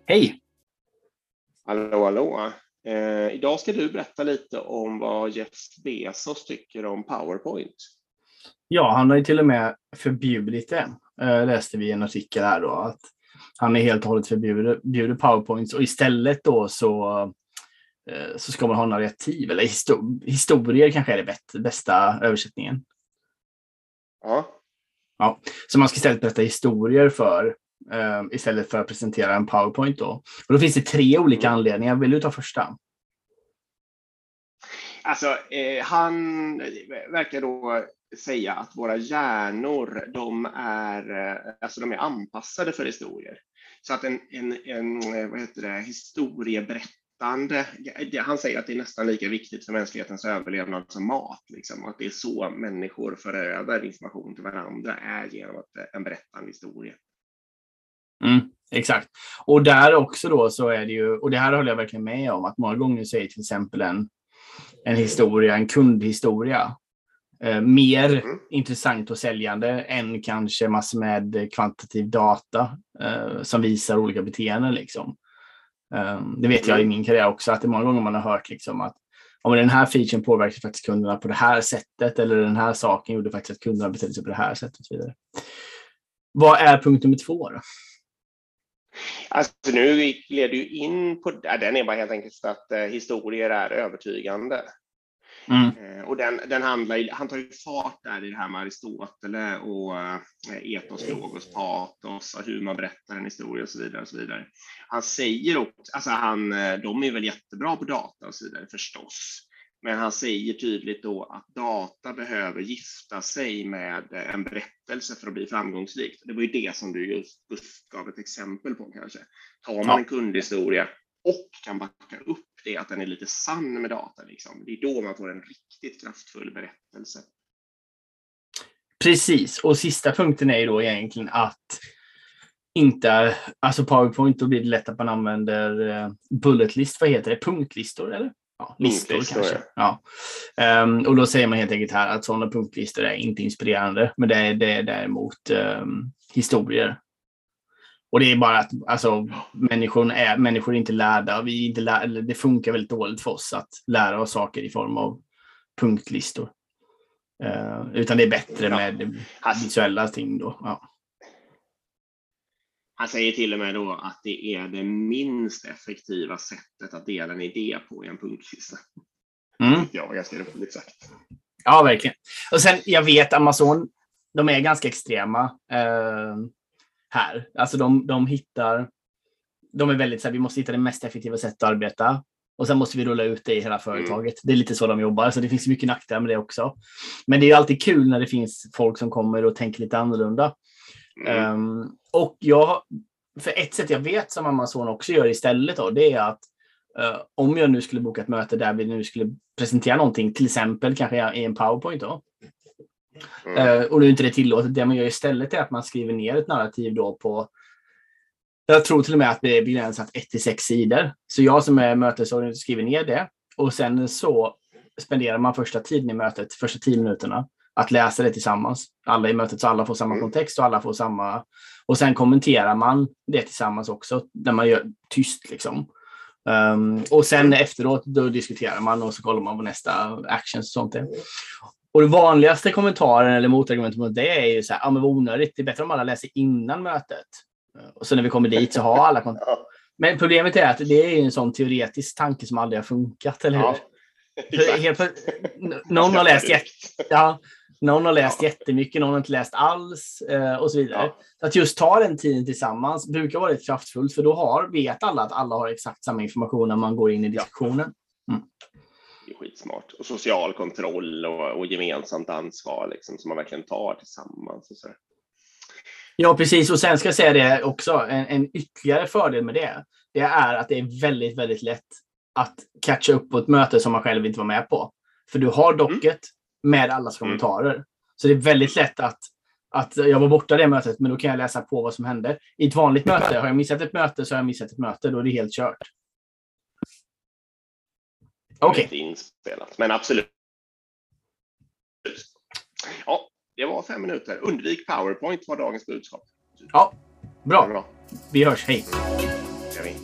Hej! Hallå, hallå. Idag ska du berätta lite om vad Jeff Bezos tycker om PowerPoint. Ja, han har ju till och med förbjudit det. Läste vi i en artikel här då. Att han är helt och hållet förbjuder PowerPoints. Och istället då så ska man ha narrativ. Eller historier kanske är det bästa översättningen. Ja, så man ska istället berätta historier istället för att presentera en PowerPoint då. Och då finns det 3 olika anledningar. Vill du ta första? Alltså, han verkar då säga att våra hjärnor, de är anpassade för historier. Så att en historieberättande, han säger att det är nästan lika viktigt för mänsklighetens överlevnad som mat. Liksom, och att det är så människor för över information till varandra är genom en berättande historia. Exakt. Och där också då så är det ju, och det här håller jag verkligen med om, att många gånger så är till exempel en historia, en kundhistoria mer intressant och säljande än kanske massor med kvantitativ data som visar olika beteenden liksom. Det vet jag i min karriär också, att det är många gånger man har hört liksom att om den här featuren påverkar faktiskt kunderna på det här sättet, eller den här saken gjorde faktiskt att kunderna betedde sig på det här sättet och så vidare. Vad är punkt nummer 2 då? Alltså nu leder ju in på, den är bara helt enkelt att historier är övertygande. Och den handlar, han tar ju fart där i det här med Aristoteles och etos, logos, patos och hur man berättar en historia och så vidare och så vidare. Han säger också, alltså de är väl jättebra på data och så vidare förstås. Men han säger tydligt då att data behöver gifta sig med en berättelse för att bli framgångsrikt. Det var ju det som du just gav ett exempel på kanske. Tar man en kundhistoria och kan backa upp det att den är lite sann med data. Liksom. Det är då man får en riktigt kraftfull berättelse. Precis, och sista punkten är ju då egentligen att alltså PowerPoint, då blir det lätt att man använder bullet list, vad heter det? Punktlistor eller? Ja, listor kanske. Ja. Och då säger man helt enkelt här att sådana punktlistor är inte inspirerande, men det är däremot historier. Och det är bara att alltså, människor är inte lärda. Det funkar väldigt dåligt för oss att lära oss saker i form av punktlistor. Utan det är bättre med visuella ting då. Ja. Han säger till och med då att det är det minst effektiva sättet att dela en idé på i en punktlista. Det var ganska roligt sagt. Ja, verkligen. Och sen, jag vet Amazon, de är ganska extrema här. Alltså de är väldigt så här, vi måste hitta det mest effektiva sättet att arbeta. Och sen måste vi rulla ut det i hela företaget. Det är lite så de jobbar, så det finns mycket nackdelar med det också. Men det är ju alltid kul när det finns folk som kommer och tänker lite annorlunda. Och för ett sätt jag vet som Amazon också gör istället då, det är att om jag nu skulle boka ett möte där vi nu skulle presentera någonting, till exempel kanske i en PowerPoint då, och nu är inte det tillåtet, det man gör istället är att man skriver ner ett narrativ då på, jag tror till och med att det är begränsat 1-6 sidor, så jag som är mötesordinator skriver ner det, och sen så spenderar man första 10 minuterna att läsa det tillsammans. Alla i mötet, så alla får samma kontext och alla får samma. Och sen kommenterar man det tillsammans också, när man gör tyst liksom. Och sen efteråt då diskuterar man och så kollar man på nästa actions och sånt där. Och det vanligaste kommentaren eller motargumentet mot det är ju så här, men vad onödigt, det är bättre om alla läser innan mötet. Och så när vi kommer dit så har alla Men problemet är att det är en sån teoretisk tanke som aldrig har funkat, eller hur? Någon har läst jättemycket, någon har inte läst alls och så vidare. Så att just ta den tiden tillsammans brukar vara lite kraftfullt, för då vet alla att alla har exakt samma information när man går in i diskussionen. Det är skitsmart. Och social kontroll och gemensamt ansvar liksom, som man verkligen tar tillsammans. Och så. Ja, precis. Och sen ska jag säga det också, en ytterligare fördel med det är att det är väldigt, väldigt lätt att catcha upp på ett möte som man själv inte var med på. För du har docket med allas kommentarer. Så det är väldigt lätt att jag var borta det mötet, men då kan jag läsa på vad som hände. I ett vanligt möte, har jag missat ett möte så har jag missat ett möte, då är det helt kört. Okej. Inte inspelat, men absolut. Ja, det var 5 minuter. Undvik PowerPoint var dagens budskap. Ja, bra. Vi hörs, hej. tackar vi.